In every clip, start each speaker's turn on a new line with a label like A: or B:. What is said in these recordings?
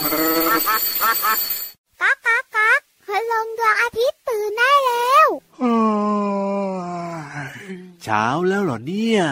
A: ก๊ากก๊ากก๊ากพลังดวงอาทิตย์ตื่นได้แล้ว
B: เช้าแล้วเหรอเนี่ย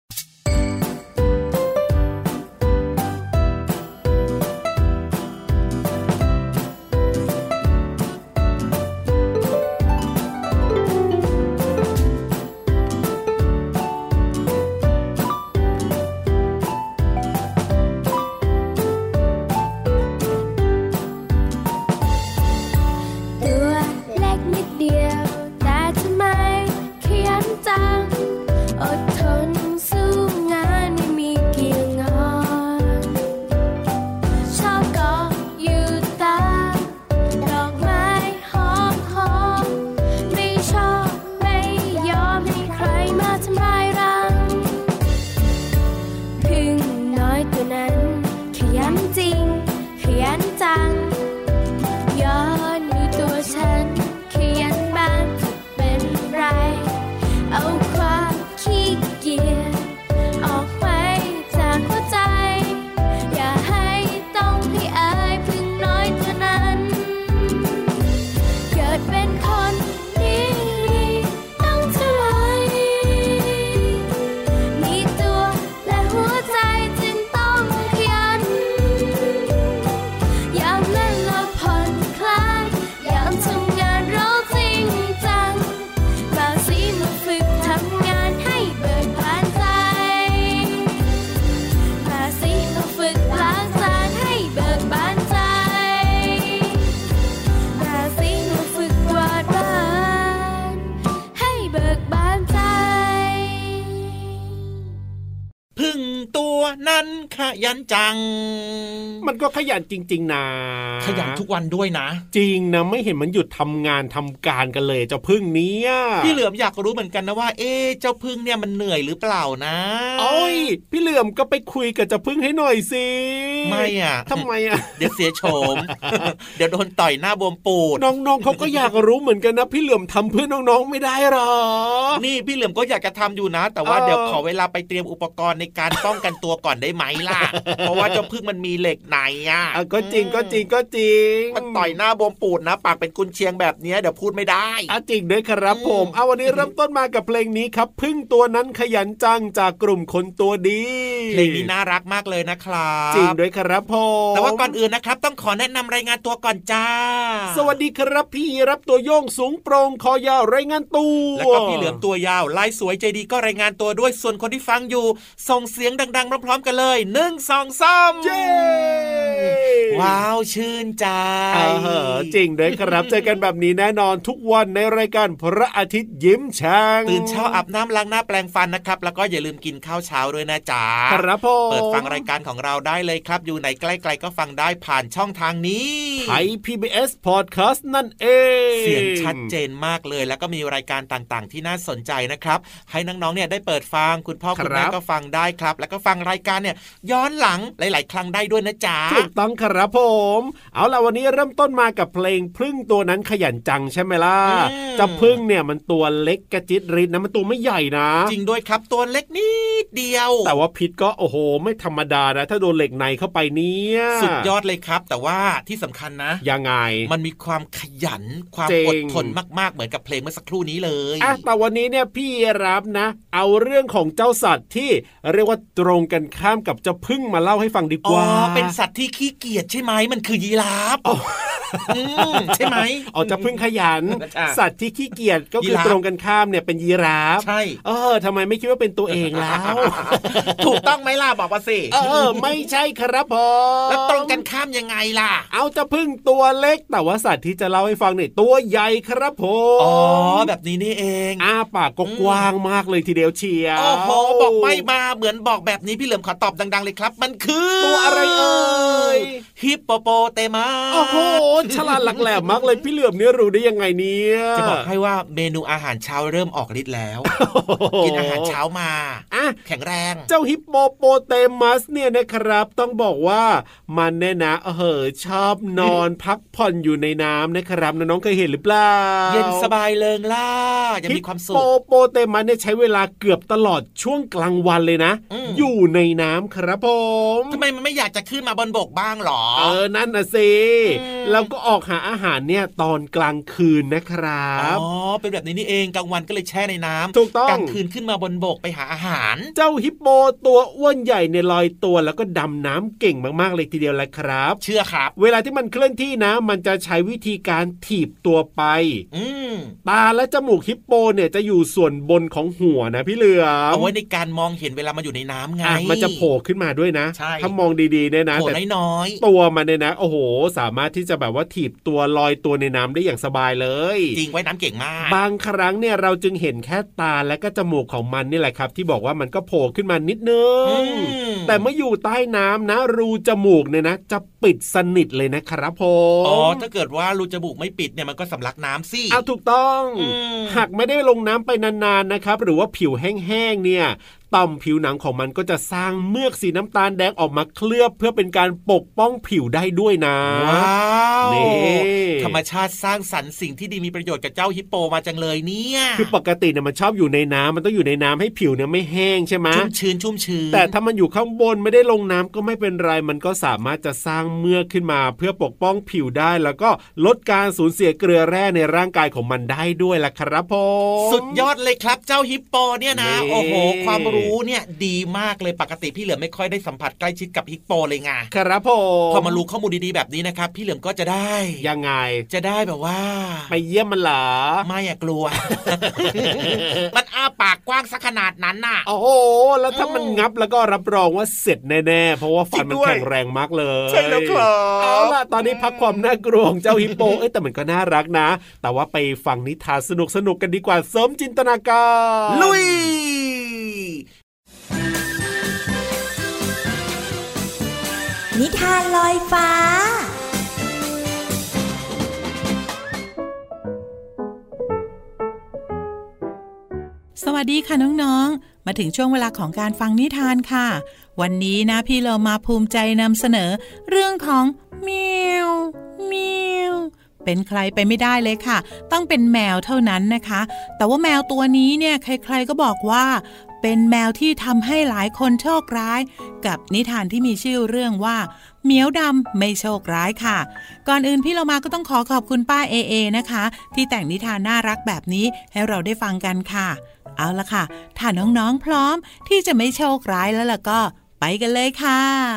C: นั้นขยันจัง
D: มันก็ขยันจริงๆนะ
C: ขยันทุกวันด้วยนะ
D: จริงนะไม่เห็นมันหยุดทำงานทำการกันเลยเจ้าพึ่งเนี้ย
C: พี่เหลือมอยากรู้เหมือนกันนะว่าเจ้าพึ่งเนี่ยมันเหนื่อยหรือเปล่านะ
D: โอ้ยพี่เหลือมก็ไปคุยกับเจ้าพึ่งให้หน่อยสิ
C: ไม่อ่ะ
D: ทำไมอ่ะ
C: เดี๋ยวเสียโฉม เดี๋ยวโดนต่อยหน้าบวมปูด
D: น้องๆเขาก็อยากรู้เหมือนกันนะพี่เหลือมทำเพื่อน้องๆไม่ได้หรอ
C: นี่พี่เหลือมก็อยากจะทำอยู่นะแต่ว่าเดี๋ยวขอเวลาไปเตรียมอุปกรณ์ในการป้องกันตัวก่อนได้ไหมล่ะเพราะว่าเจ้าพึ่งมันมีเหล็กในอ่ะ
D: ก็จริง
C: มันต่อยหน้าบวมปูดนะปากเป็นกุนเชียงแบบนี้เดี๋ยวพูดไม่ได้
D: จริงด้วยครับผมวันนี้เริ่มต้นมากับเพลงนี้ครับพึ่งตัวนั้นขยันจังจากกลุ่มคนตัวดี
C: เพลงนี้น่ารักมากเลยนะครับ
D: จริงด้วยครับผม
C: แต่ว่าก่อนอื่นนะครับต้องขอแนะนำรายงานตัวก่อนจ้า
D: สวัสดีครับพี่รับตัวโยงสูงโปร่งคอยาวรายงานตัว
C: แล้วก็พี่เหลือมตัวยาวลายสวยใจดีก็รายงานตัวด้วยส่วนคนที่ฟังอยู่ส่งเสียงดังๆพร้อมๆกันเลย1 2 3
D: เย้
C: ว้าวชื่นใจ
D: จริงด้วยครับเจอกันแบบนี้แน่นอนทุกวันในรายการพระอาทิตย์ยิ้มช่าง
C: ตื่นเช้าอาบน้ำล้างหน้าแปรงฟันนะครับแล้วก็อย่าลืมกินข้าวเช้าด้วยนะจ๊ะ
D: ครับผม
C: เปิดฟังรายการของเราได้เลยครับอยู่ไหนใกล้ๆก็ฟังได้ผ่านช่องทางนี้
D: ไทย PBS Podcast นั่นเอง
C: เสียงชัดเจนมากเลยแล้วก็มีรายการต่างๆที่น่าสนใจนะครับให้น้องๆเนี่ยได้เปิดฟังคุณพ่อคุณแม่ก็ฟังได้ครับแล้วก็ฟังรายการเนี่ยย้อนหลังหลายๆครั้งได้ด้วยนะจ๊ะ
D: ถูกต้องครับผมเอาล่ะวันนี้เริ่มต้นมากับเพลงพึ่งตัวนั้นขยันจังใช่ไหมล่ะจะพึ่งเนี่ยมันตัวเล็กกระจิตริดนะมันตัวไม่ใหญ่นะ
C: จริงด้วยครับตัวเล็กนิดเดียว
D: แต่ว่าพิษก็โอ้โหไม่ธรรมดานะถ้าโดนเหล็กในเข้าไปเนี่ย
C: สุดยอดเลยครับแต่ว่าที่สำคัญนะ
D: ยังไง
C: มันมีความขยันความอดทนมากๆเหมือนกับเพลงเมื่อสักครู่นี้เลย
D: แต่วันนี้เนี่ยพี่รับนะเอาเรื่องของเจ้าสัตว์ที่เรียกว่าตรงกันข้ามกับเจ้าพึ่งมาเล่าให้ฟังดีกว่า
C: เป็นสัตว์ที่ขี้เกียจใช่ไหมมันคือยีราฟใช่ไหม
D: จะพึ่งขยันสัตว์ที่ขี้เกียจก็คือตรงกันข้ามเนี่ยเป็นยีราฟ
C: ใช่
D: ทำไมไม่คิดว่าเป็นตัวเองแล้ว
C: ถูกต้องไหมล่ะบอกมาสิ
D: ไม่ใช่ครับผม
C: แล้วตรงกันข้ามยังไงล่ะ
D: เอาจะพึ่งตัวเล็กแต่ว่าสัตว์ที่จะเล่าให้ฟังเนี่ยตัวใหญ่ครับผม
C: แบบนี้นี่เอง
D: ปากก็กว้างมากเลยทีเดียวเชียว
C: โอ้โหบอกไม่มาเหมือนบอกแบบนี้พี่เหลิมขอตอบดังๆเลยครับมันคือ
D: ตัวอะไรเอ่ย
C: ฮิปโปโปเตมัส
D: โอ้โหฉลาดหลักแหลมมากเลยพี่เหลือมเนี่ยรู้ได้ยังไงเนี่ย
C: จะบอกให้ว่าเมนูอาหารเช้าเริ่มออกฤทธิ์แล้วกินอาหารเช้ามาแข็งแรง
D: เจ้าฮิปโปโปเตมัสเนี่ยนะครับต้องบอกว่ามันเนี่ยนะชอบนอนพักผ่อนอยู่ในน้ำนะครับน้องๆเคยเห็นหรือเปล่า
C: เย็นสบายเริงล่ายังมีความสุข
D: ฮิปโปโปเตมัสเนี่ยใช้เวลาเกือบตลอดช่วงกลางวันเลยนะอยู่ในน้ำครับผม
C: ทำไมมันไม่อยากจะขึ้นมาบนบกบ้างหรอ
D: นั่นน่ะสิแล้วก็ออกหาอาหารเนี่ยตอนกลางคืนนะครับ
C: อ๋อเป็นแบบนี้นี่เองกลางวันก็เลยแช่ในน้ำ
D: ถูกต้อง
C: กลางคืนขึ้นมาบนบกไปหาอาหาร
D: เจ้าฮิปโปตัวอ้วนใหญ่ในลอยตัวแล้วก็ดำน้ำเก่งมากๆเลยทีเดียวแหละครับ
C: เชื่อครับ
D: เวลาที่มันเคลื่อนที่นะมันจะใช้วิธีการถีบตัวไปตาและจมูกฮิปโปเนี่ยจะอยู่ส่วนบนของหัวนะพี่เหลือม
C: เอาไว้ในการมองเห็นเวลามันอยู่ในน้ำไง
D: มันจะโผล่ขึ้นมาด้วยนะถ้ามองดีๆเนี่ยนะ
C: แต่น้อย
D: ตัวมันเนี่ยนะโอ้โหสามารถที่จะแบบว่าถีบตัวลอยตัวในน้ำได้อย่างสบายเลย
C: จริงไว้น้ำเก่งมาก
D: บางครั้งเนี่ยเราจึงเห็นแค่ตาและก็จมูกของมันนี่แหละครับที่บอกว่ามันก็โผล่ขึ้นมานิดนึงแต่เมื่ออยู่ใต้น้ำนะรูจมูกเนี่ยนะจะปิดสนิทเลยนะครับผม
C: อ๋อถ้าเกิดว่ารูจมูกไม่ปิดเนี่ยมันก็สำลักน้ำสิ
D: เอาถูกต้องหากไม่ได้ลงน้ำไปนานๆนะครับหรือว่าผิวแห้งๆเนี่ยต่อมผิวหนังของมันก็จะสร้างเมือกสีน้ำตาลแดงออกมาเคลือบเพื่อเป็นการปกป้องผิวได้ด้วยนะ
C: ว้าวธรรมชาติสร้างสรรค์สิ่งที่ดีมีประโยชน์กับเจ้าฮิปโปมาจังเลยเนี่ย
D: คือปกติเนี่ยมันชอบอยู่ในน้ำมันต้องอยู่ในน้ำให้ผิวเนี่ยไม่แห้งใช่ไหม
C: ชุ่มชื้น
D: แต่ถ้ามันอยู่ข้างบนไม่ได้ลงน้ำก็ไม่เป็นไรมันก็สามารถจะสร้างเมือกขึ้นมาเพื่อปกป้องผิวได้แล้วก็ลดการสูญเสียเกลือแร่ในร่างกายของมันได้ด้วยล่ะครับผม
C: สุดยอดเลยครับเจ้าฮิปโปเนี่ยนะโอ้โหความรู้เนี่ยดีมากเลยปกติพี่เหลือมไม่ค่อยได้สัมผัสใกล้ชิดกับฮิปโปเลยไง
D: ครับผม
C: พอมารู้ข้อมูลดีๆแบบนี้นะครับพี่เหลือมก็จะได้
D: ยังไง
C: จะได้แบบว่า
D: ไปเยี่ยมมันเหรอ
C: ไม่อยากกลัว มันอ้าปากกว้างซะขนาดนั้นน่ะ
D: โอ้โหแล้วถ้ามันงับแล้วก็รับรองว่าเสร็จแน่ๆเพราะว่าฟันมันแข็งแรงมากเลย
C: ใช่แล้วครับ
D: เอาล่ะตอนนี้พักความน่ากลัวของเจ้าฮิปโปแต่มันก็น่ารักนะแต่ว่าไปฟังนิทานสนุกๆกันดีกว่าเสริมจินตนาการ
C: ลุย
E: นิทานลอยฟ้า
F: สวัสดีค่ะน้องๆมาถึงช่วงเวลาของการฟังนิทานค่ะวันนี้นะพี่เรามาภูมิใจนำเสนอเรื่องของเมียวเมียวเป็นใครไปไม่ได้เลยค่ะต้องเป็นแมวเท่านั้นนะคะแต่ว่าแมวตัวนี้เนี่ยใครๆก็บอกว่าเป็นแมวที่ทำให้หลายคนโชคร้ายกับนิทานที่มีชื่อเรื่องว่าเหมียวดำไม่โชคร้ายค่ะก่อนอื่นพี่เรามาก็ต้องขอบคุณป้าเอนะคะที่แต่งนิทานน่ารักแบบนี้ให้เราได้ฟังกันค่ะเอาล่ะค่ะถ้าน้องๆพร้อมที่จะไม่โชคร้ายแล้วล่ะก็ไปกันเลยค่ะ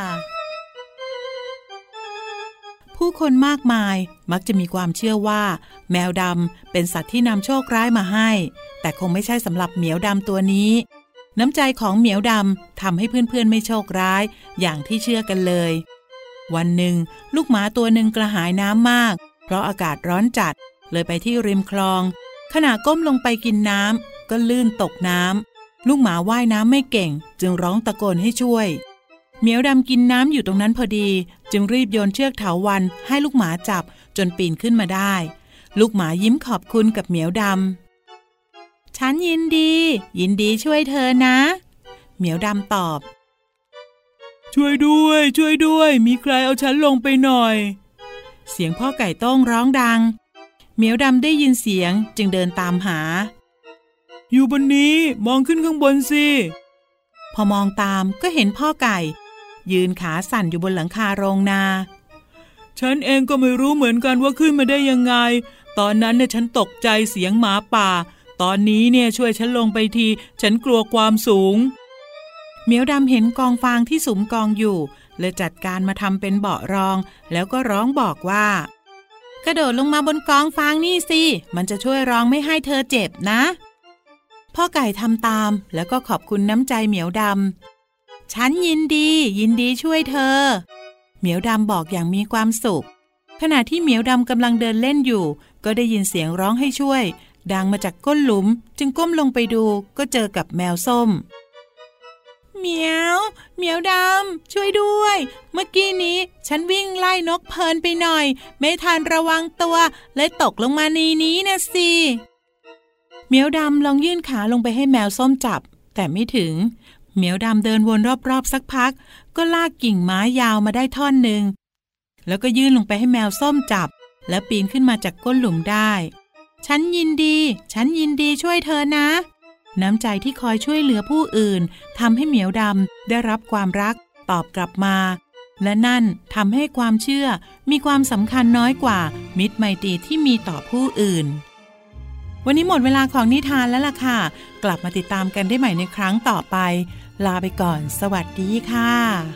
F: ผู้คนมากมายมักจะมีความเชื่อว่าแมวดำเป็นสัตว์ที่นำโชคร้ายมาให้แต่คงไม่ใช่สำหรับเหมียวดำตัวนี้น้ำใจของเหมียวดำทำให้เพื่อนๆไม่โชคร้ายอย่างที่เชื่อกันเลยวันหนึ่งลูกหมาตัวหนึ่งกระหายน้ำมากเพราะอากาศร้อนจัดเลยไปที่ริมคลองขณะก้มลงไปกินน้ำก็ลื่นตกน้ำลูกหมาว่ายน้ำไม่เก่งจึงร้องตะโกนให้ช่วยเหมียวดำกินน้ำอยู่ตรงนั้นพอดีจึงรีบโยนเชือกเถาวัลย์ให้ลูกหมาจับจนปีนขึ้นมาได้ลูกหมายิ้มขอบคุณกับเหมียวดำฉันยินดีช่วยเธอนะเหมียวดำตอบช่วยด้วยมีใครเอาฉันลงไปหน่อยเสียงพ่อไก่โต้งร้องดังเหมียวดำได้ยินเสียงจึงเดินตามหาอยู่บนนี้มองขึ้นข้างบนสิพอมองตามก็เห็นพ่อไก่ยืนขาสั่นอยู่บนหลังคาโรงนาฉันเองก็ไม่รู้เหมือนกันว่าขึ้นมาได้ยังไงตอนนั้นเนี่ยฉันตกใจเสียงหมาป่าตอนนี้เนี่ยช่วยฉันลงไปทีฉันกลัวความสูงเหมียวดำเห็นกองฟางที่สุมกองอยู่เลยจัดการมาทำเป็นเบาะรองแล้วก็ร้องบอกว่ากระโดดลงมาบนกองฟางนี่สิมันจะช่วยรองไม่ให้เธอเจ็บนะพ่อไก่ทำตามแล้วก็ขอบคุณน้ำใจเหมียวดำฉันยินดีช่วยเธอเหมียวดำบอกอย่างมีความสุขขณะที่เหมียวดำกำลังเดินเล่นอยู่ก็ได้ยินเสียงร้องให้ช่วยดังมาจากก้นหลุมจึงก้มลงไปดูก็เจอกับแมวส้มเหมียวดำช่วยด้วยเมื่อกี้นี้ฉันวิ่งไล่นกเพลินไปหน่อยไม่ทันระวังตัวเลยตกลงมาในนี้นะสิเหมียวดำลองยื่นขาลงไปให้แมวส้มจับแต่ไม่ถึงเหมียวดำเดินวนรอบๆสักพักก็ลากกิ่งไม้ยาวมาได้ท่อนหนึ่งแล้วก็ยื่นลงไปให้แมวส้มจับแล้วปีนขึ้นมาจากก้นหลุมได้ฉันยินดีช่วยเธอนะน้ำใจที่คอยช่วยเหลือผู้อื่นทำให้เหมียวดำได้รับความรักตอบกลับมาและนั่นทำให้ความเชื่อมีความสำคัญน้อยกว่ามิตรไมตรีที่มีต่อผู้อื่นวันนี้หมดเวลาของนิทานแล้วล่ะค่ะกลับมาติดตามกันได้ใหม่ในครั้งต่อไปลาไปก่อนสวัสดีค่ะ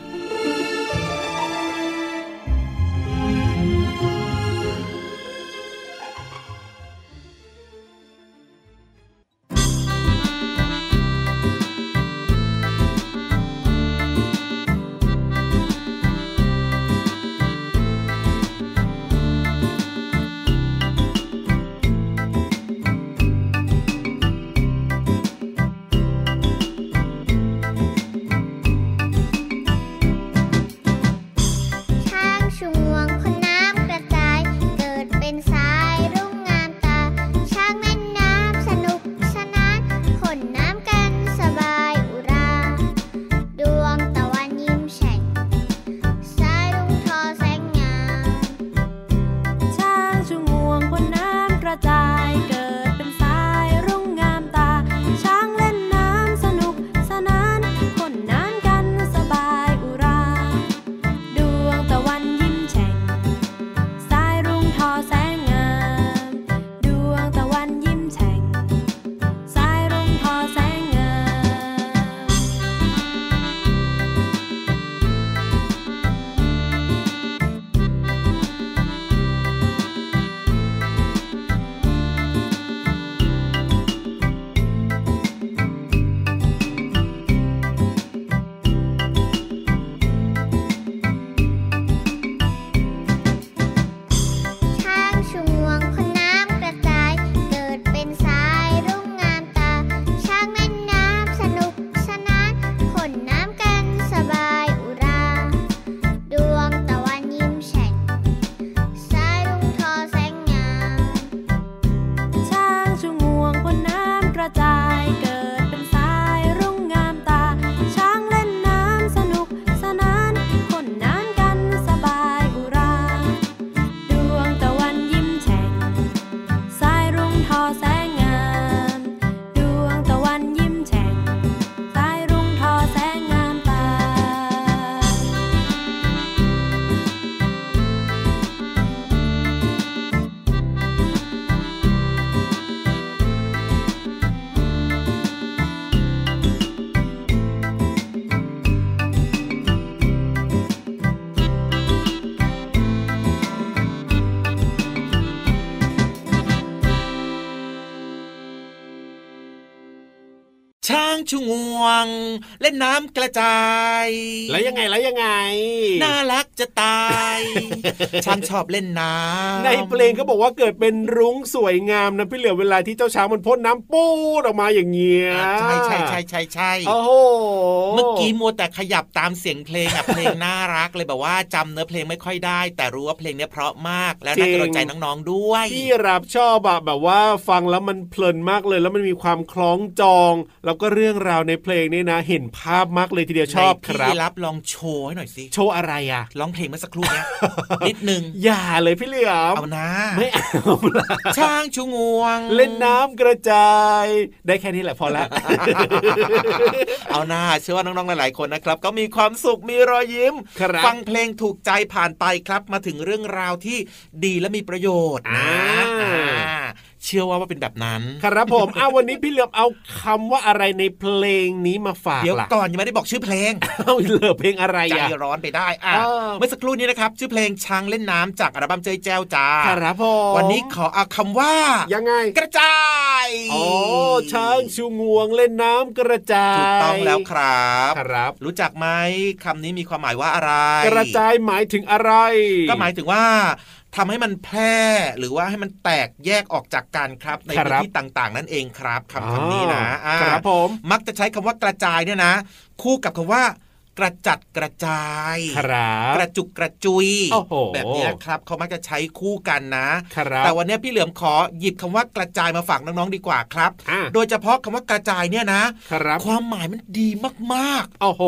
C: ช้างชูงวงเล่นน้ำกระจาย
D: แล้วยังไง
C: น่ารักจะตายช้างชอบเล่นน้ำ
D: ในเพลงเขาบอกว่าเกิดเป็นรุ้งสวยงามนะพี่เหลือเวลาที่เจ้าช้างมันพ่นน้ำปูดออกมาอย่างเงี้ย
C: ใช่
D: โอ้โห
C: เมื่อกี้มัวแต่ขยับตามเสียงเพลงเพลงน่ารักเลยแบบว่าจำเนื้อเพลงไม่ค่อยได้แต่รู้ว่าเพลงนี้เพราะมากแล้วน่าจะโดนใจน้องๆด้วย
D: พี่รับชอบแบบว่าฟังแล้วมันเพลินมากเลยแล้วมันมีความคล้องจองแล้วก็เรื่องราวในเพลงนี้นะเห็นภาพมากเลยทีเดียวชอบครับ
C: พี่รับลองโชว์ให้หน่อยสิ
D: โชว์อะไรอ่ะ
C: ร้องเพลงเมื่อสักครู่นี้ นิดนึง
D: อย่าเลยพี่เหลือม
C: เอานะ
D: ไม่เอาละ
C: ช้างชูงวง
D: เล่นน้ำกระจายได้แค่นี้แหละพอละ
C: เอานะเชื่อว่าน้องๆหลายๆคนนะครับก็มีความสุขมีรอยยิ้มฟังเพลงถูกใจผ่านไปครับมาถึงเรื่องราวที่ดีและมีประโยชน์นะเชื่อว่าเป็นแบบนั้น
D: ครับผมวันนี้พี่เหลือมเอาคำว่าอะไรในเพลงนี้มาฝาก
C: เดี๋ยวก่อนยังไม่ได้บอกชื่อเพลง
D: เหลือเพลงอะไร
C: ใจร้อนไปได้เมื่อสักครู่นี้นะครับชื่อเพลงช้างเล่นน้ำจากอัลบั้มเจ้ยแจ้วจ้า
D: ครับผม
C: วันนี้ขอเอาคำว่า
D: ยังไง
C: กระจาย
D: ช้างชูงวงเล่นน้ำกระจาย
C: ถูกต้องแล้วครับรู้จักไหมคำนี้มีความหมายว่าอะไร
D: กระจายหมายถึงอะไร
C: ก็หมายถึงว่าทำให้มันแพร่หรือว่าให้มันแตกแยกออกจากกันครับในพื้นที่ต่างๆนั่นเองครับคำนี้นะครับ
D: ผม
C: มักจะใช้คำว่ากระจายเนี่ยนะคู่กับคำว่ากระจัดกระจายกระจุกกระจุยแบบนี้ครับเขามักจะใช้คู่กันนะแต่วันนี้พี่เหลือมขอหยิบคำว่ากระจายมาฝากน้องๆดีกว่าครับโดยเฉพาะคำว่ากระจายเนี่ยนะความหมายมันดีมาก
D: ๆโอ้โห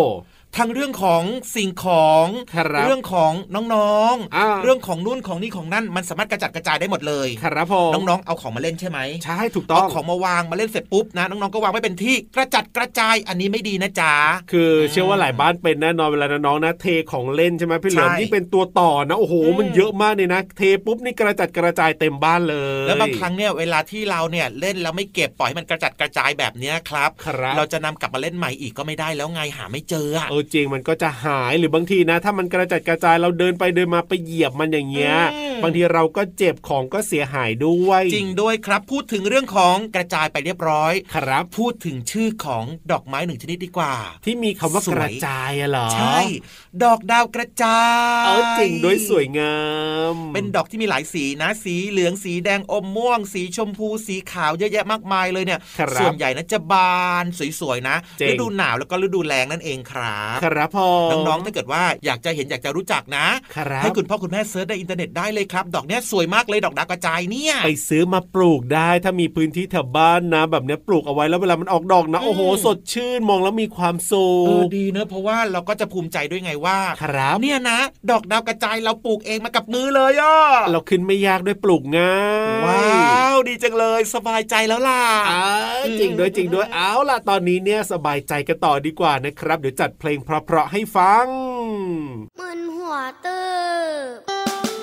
C: ทั้งเรื่องของสิ่งของเรื่องของน้องๆเรื่องของนู่นของนี่ของนั่นมันสามารถกระจัดกระจายได้หมดเลย
D: ครับผม
C: น้องๆเอาของมาเล่นใช่ไหม
D: ใช่ถูกต้อง
C: เอาของมาวางมาเล่นเสร็จปุ๊บนะน้องๆก็วางไว้เป็นที่กระจัดกระจายอันนี้ไม่ดีนะจ๊ะ
D: คือเชื่อว่าหลายบ้านเป็นแน่นอนเวลาน้องๆนะเทของเล่นใช่ไหมพี่เหลิมนี่เป็นตัวต่อนะโอ้โหมันเยอะมากเลยนะเทปุ๊บนี่กระจัดกระจายเต็มบ้านเลย
C: แล้วบางครั้งเนี่ยเวลาที่เราเนี่ยเล่นแล้วไม่เก็บปล่อยให้มันกระจัดกระจายแบบนี้ครับเราจะนำกลับมาเล่นใหม่อีกก็ไม่ได้แล้วไงหาไม่เจอ
D: จริงมันก็จะหายหรือบางทีนะถ้ามันกระจัดกระจายเราเดินไปเดินมาไปเหยียบมันอย่างเงี้ยบางทีเราก็เจ็บของก็เสียหายด้วย
C: จริงด้วยครับพูดถึงเรื่องของกระจายไปเรียบร้อย
D: ครับ
C: พูดถึงชื่อของดอกไม้หนึ่งชนิดดีกว่า
D: ที่มีคำว่ากระจายเหรอ
C: ใช่ดอกดาวกระจาย
D: จริงด้วยสวยงาม
C: เป็นดอกที่มีหลายสีนะสีเหลืองสีแดงอมม่วงสีชมพูสีขาวเยอะแยะมากมายเลยเนี่ยส่วนใหญ่นะจะบานสวยๆนะฤดูหนาวแล้วก็ฤดูแล้งนั่นเองครับ
D: ครับพ่อ
C: น้องๆถ้าเกิดว่าอยากจะเห็นอยากจะรู้จักนะให้คุณพ่อคุณแม่เซิร์ชในอินเทอร์เน็ตได้เลยครับดอกเนี้ยสวยมากเลยดอกดาวกระจายเนี่ย
D: ไปซื้อมาปลูกได้ถ้ามีพื้นที่แถวบ้านนะแบบเนี้ยปลูกเอาไว้แล้วเวลามันออกดอกนะโอ้โหสดชื่นมองแล้วมีความสุข
C: ดีเนอะเพราะว่าเราก็จะภูมิใจด้วยไงว่าเนี่ยนะดอกดาวกระจายเราปลูกเองมากับมือเลย
D: เราขึ้นไม่ยากด้วยปลูกง่าย
C: ว้าวดีจังเลยสบายใจแล้วล่ะ
D: จริงด้วยเอาล่ะตอนนี้เนี่ยสบายใจกันต่อดีกว่านะครับเดี๋ยวจัดเพลงเพราะๆให้ฟัง
A: มึนหัวตึ๊บ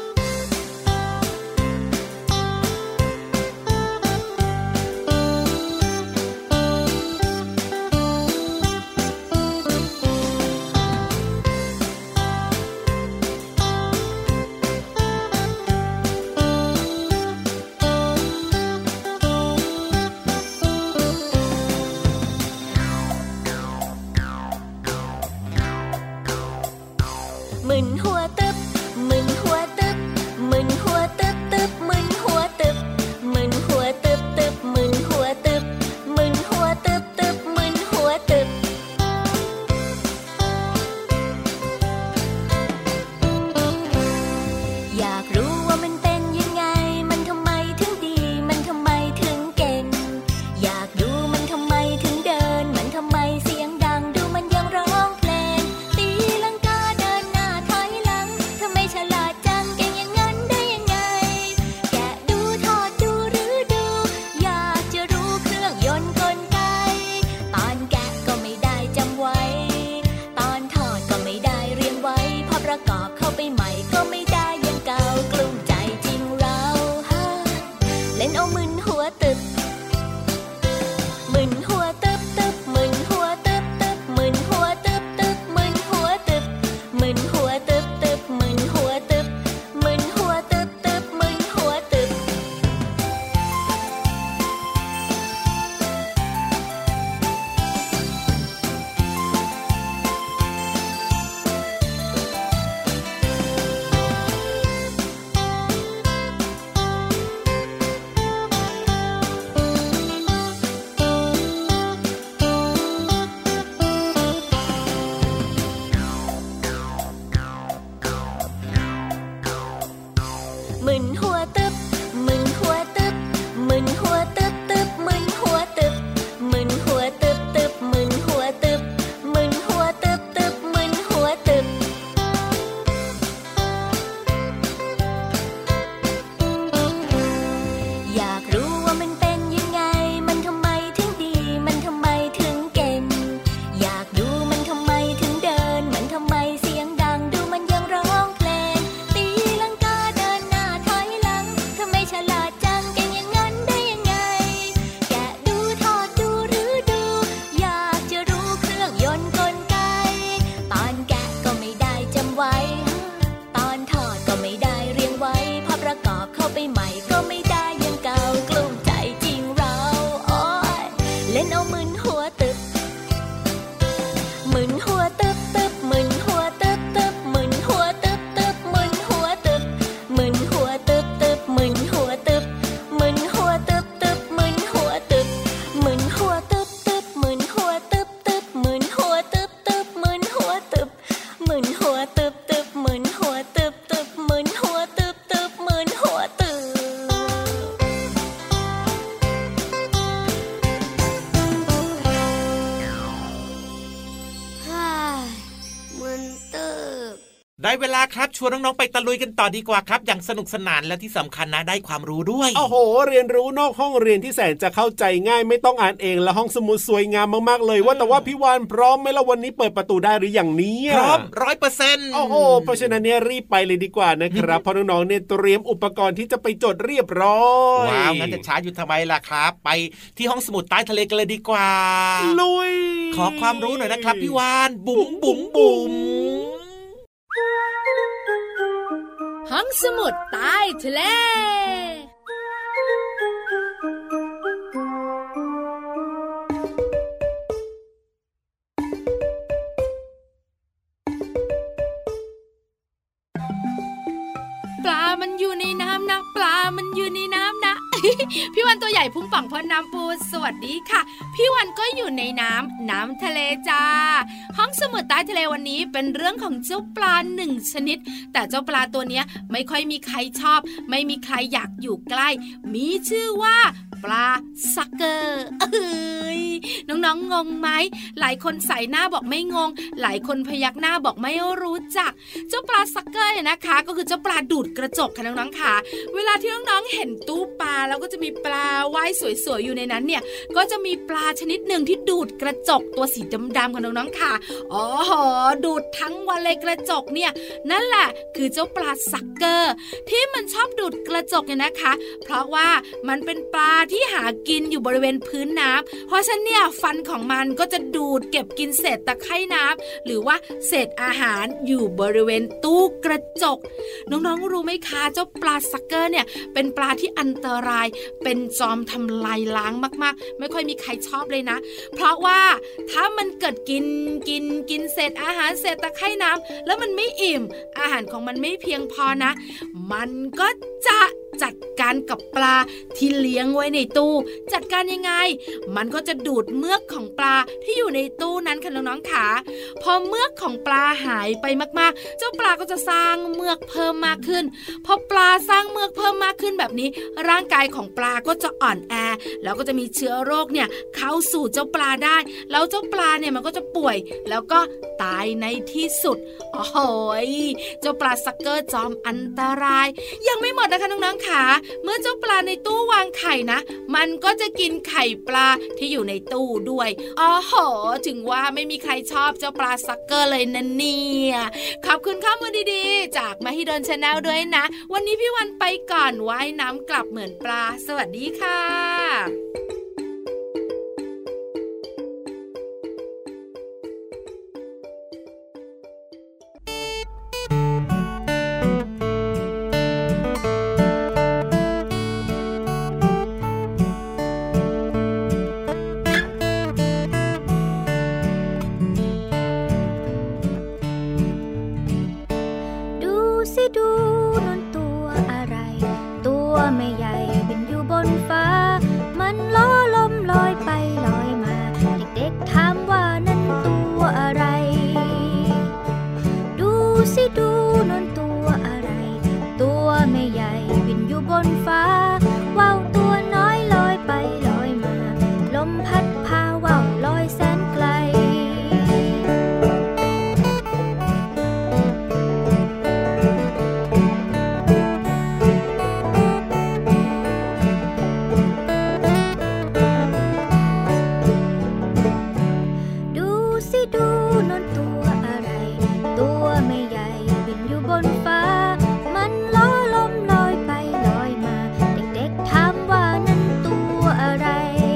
E: มึนหัวตึ๊บมึนหัวตึ๊บมึนหัวตึ๊บตึ๊บมึนหัวตึ๊บมึนหัวตึ๊บตึ๊บมึนหัวตึ๊บมึนหัวตึ๊บตึ๊บมึนหัวตึ๊บอยากรู้ว่ามันเป็นยังไงมันทำไมถึงดีมันทำไมถึงเก่งอยากดูมันทำไมถึงเดินมันทำไมเสียงดังดูมันยังร้องเพลงตีลังกาเดินหน้าถอยหลังทำไมฉลาดจังเก่งอย่างนั้นได้ยังไงแกะดูทอดดูหรือดูอยากจะรู้เครื่องยนต์กลไกตอนแกะก็ไม่ได้จำไว้ตอนทอดก็ไม่ได้เรียงไว้พอประกอบเข้าไปใหม่ก็ไม่ได้ยังเก่ากลุ้มใจจริงเราเล่นเอามึนหัวตึ๊บมึนหัวตึ๊บตึ๊บมึนหัวตึ๊บตึ๊บมึนหัวตึ๊บตึ๊บมึนหัวตึ๊บมึนหัวตึ๊บตึ๊บมึนหัวตึ๊บมึนหัวตึ๊บตึ๊บมึนหัวตึ๊บมึนหัวตึ๊บมึนหัวตึ๊บมึนหัวตึ๊บตึ๊บมึนหัวตึ๊บมึนหัวตึ๊บตึ๊บมึนหัวตึ๊บมึนหัวตึ๊บตึ๊บมึนหัวตึ๊บอยากรู้ว่ามันเป็นยังไงมันทำไมถึงดีมันทำไมถึงเก่งอยากดูมันทำไมถึงเดินมันทำไมเสียงดังดูมันยังร้องเพลงตีลังกาเดินหน้าถอยหลัง
C: ได้เวลาครับชวนน้องๆไปตะลุยกันต่อดีกว่าครับอย่างสนุกสนานและที่สำคัญนะได้ความรู้ด้วย
D: โอ้โหเรียนรู้นอกห้องเรียนที่แสนจะเข้าใจง่ายไม่ต้องอ่านเองและห้องสมุดสวยงามมากๆเลยว่าแต่ว่าพี่วานพร้อมไหมล่ะวันนี้เปิดประตูได้หรืออย่างนี้
C: พร้อม 100%
D: โอ้โหเพราะฉะนั้นเนี่ยรีบไปเลยดีกว่านะครับเพราะน้องๆเนี่ยเตรียมอุปกรณ์ที่จะไปจดเรียบร้อย
C: ว้าวงั้นจะช้าอยู่ทำไมล่ะครับไปที่ห้องสมุดใต้ทะเลกันเลยดีกว่า
D: ลุย
C: ขอความรู้หน่อยนะครับพี่วานบุ๋มบุ๋มบุ๋ม
G: ห้องสมุดใต้ทะเลปลามันอยู่ในน้ำนะปลามันอยู่ในน้ำนะ พี่วันตัวใหญ่พุ่งป่องพ้นน้ำปูสวัสดีค่ะพี่วันก็อยู่ในน้ำทะเลจ้าห้องสมุดใต้ทะเลวันนี้เป็นเรื่องของเจ้าปลาหนึ่งชนิดแต่เจ้าปลาตัวเนี้ยไม่ค่อยมีใครชอบไม่มีใครอยากอยู่ใกล้มีชื่อว่าปลาซักเกอร์น้องๆ งงไหมหลายคนใส่หน้าบอกไม่งงหลายคนพยักหน้าบอกไม่รู้จักเจ้าปลาซักเกอร์นะคะก็คือเจ้าปลาดูดกระจกค่ะน้องๆค่ะเวลาที่น้องๆเห็นตู้ปลาแล้วก็จะมีปลาว่ายสวยๆอยู่ในนั้นเนี่ยก็จะมีปลาชนิดหนึ่งที่ดูดกระจกตัวสีดำๆค่ะน้องๆค่ะอ๋อดูดทั้งวันเลยกระจกเนี่ยนั่นแหละคือเจ้าปลาซักเกอร์ที่มันชอบดูดกระจกเนี่ยนะคะเพราะว่ามันเป็นปลาที่หากินอยู่บริเวณพื้นน้ำเพราะฉะนั้นเนี่ยฟันของมันก็จะดูดเก็บกินเศษตะไคร่น้ำหรือว่าเศษอาหารอยู่บริเวณตู้กระจกน้องๆรู้ไหมคะเจ้าปลาซักเกอร์เนี่ยเป็นปลาที่อันตรายเป็นจอมทำลายล้างมากๆไม่ค่อยมีใครชอบเลยนะเพราะว่าถ้ามันเกิดกินเศษอาหารเศษตะไคร่น้ำแล้วมันไม่อิ่มอาหารของมันไม่เพียงพอนะมันก็จะจัดการกับปลาที่เลี้ยงไว้ในตู้จัดการยังไงมันก็จะดูดเมือกของปลาที่อยู่ในตู้นั้นค่ะน้องๆค่ะพอเมือกของปลาหายไปมากๆเจ้าปลาก็จะสร้างเมือกเพิ่มมากขึ้นพอปลาสร้างเมือกเพิ่มมากขึ้นแบบนี้ร่างกายของปลาก็จะอ่อนแอแล้วก็จะมีเชื้อโรคเนี่ยเข้าสู่เจ้าปลาได้แล้วเจ้าปลาเนี่ยมันก็จะป่วยแล้วก็ตายในที่สุดโอ้โหเจ้าปลาซักเกอร์จอมอันตรายยังไม่หมดนะคะน้องๆค่ะเมื่อเจ้าปลาในตู้วางไข่นะมันก็จะกินไข่ปลาที่อยู่ในตู้ด้วยโอ้โหถึงว่าไม่มีใครชอบเจ้าปลาซักเกอร์เลยนะเนี่ยขอบคุณข้อมูลดีๆจากMahidol Channelด้วยนะวันนี้พี่วันไปก่อนว่ายน้ำกลับเหมือนปลาสวัสดีค่ะ
E: ดูนั่นตัวอะไรตัวไม่ใหญ่บินอยู่บนฟ้ามันล้อลมลอยไปลอยมาเด็กๆถามว่านั่นตัวอะไรดูสิดูนั่นตัวอะไรตัวไม่ใหญ่บินอยู่บนฟ้าว่าวตัวน้อยลอยไปลอยมาลมพัดพาว่าวลอยแสนไกลดูนั่นตัวอะไรตัวไม่ใหญ่บินอยู่บนฟ้ามันล้อลมลอยไปลอยมาเด็กๆถามว่านั่นตัวอะไร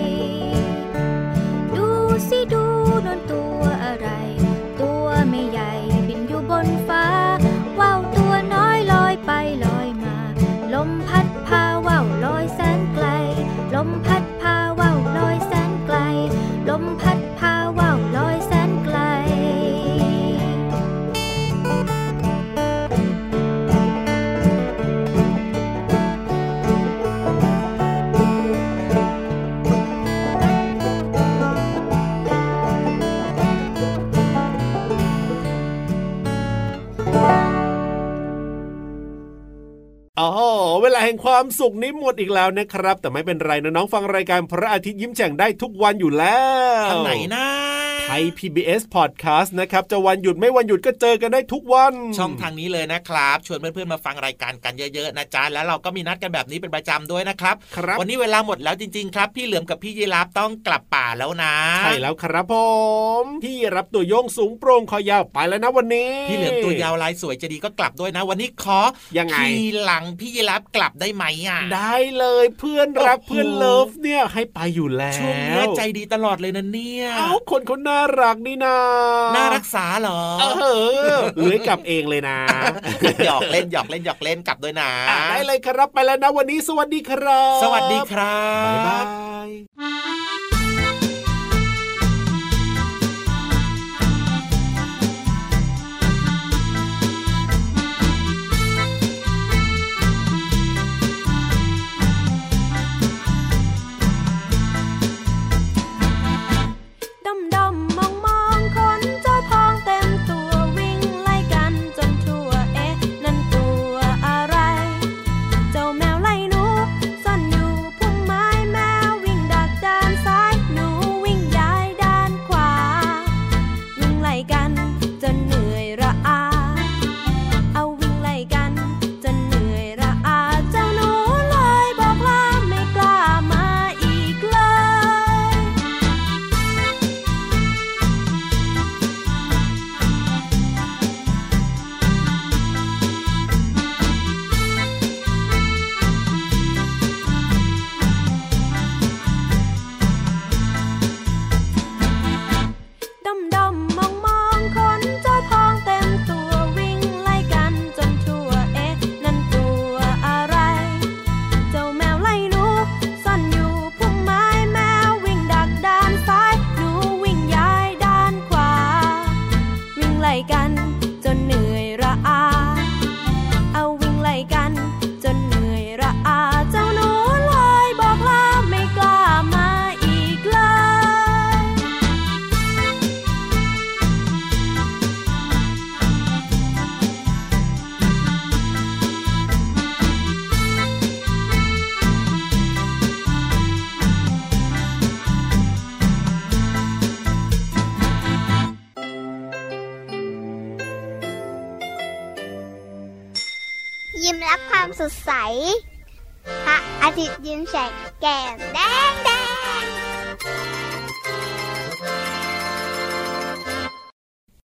E: ดูสิดูนั่นตัวอะไรตัวไม่ใหญ่บินอยู่บนฟ้าว่าวตัวน้อยลอยไปลอยมาลมพัดพาว่าวลอยแสนไกลลมพัดพาว่าวลอยแสนไกลลมพัดพาว่าวลอยแสนไกล
D: อ๋อเวลาแห่งความสุขนี้หมดอีกแล้วนะครับแต่ไม่เป็นไรนะน้องฟังรายการพระอาทิตย์ยิ้มแฉ่งได้ทุกวันอยู่แล้ว
C: ทางไหนนะ
D: ไทย PBS Podcast นะครับจะวันหยุดไม่วันหยุดก็เจอกันได้ทุกวัน
C: ช่องทางนี้เลยนะครับชวนเพื่อนๆมาฟังรายการกันเยอะๆนะจ๊ะแล้วเราก็มีนัดกันแบบนี้เป็นประจำด้วยนะครับวันนี้เวลาหมดแล้วจริงๆครับพี่เหลือมกับพี่ยีราฟต้องกลับป่าแล้วนะ
D: ใช่แล้วครับผมพี่รับตัวโยงสูงโปร่งคอยาวไปแล้วนะวันนี้
C: พี่เหลือมตัวยาวลายสวยจะดีก็กลับด้วยนะวันนี้ขอ
D: ยังไง
C: ขี่หลังพี่ยีราฟกลับได้ไหมอ่ะ
D: ได้เลยเพื่อนรักเพื่อนเลิฟเนี่ยให้ไปอยู่แล้ว
C: ช่วงนี้ใจดีตลอดเลยนะเนี่ย
D: คนเขาน่ารักนี่นา
C: น่ารักษาเหรอ
D: เลื้อยกลับเองเลยนะ
C: หยอกเล่นหยอกเล่นหยอกเล่นกลับด้วยนะ
D: ได้เลยครับไปแล้วนะวันนี้สวัสดีครับ
C: สวัสดีครับ
D: บ๊ายบาย
A: ยิ้มรับความสดใสพระอาทิตย์ยิ้มแฉกแก้มแดง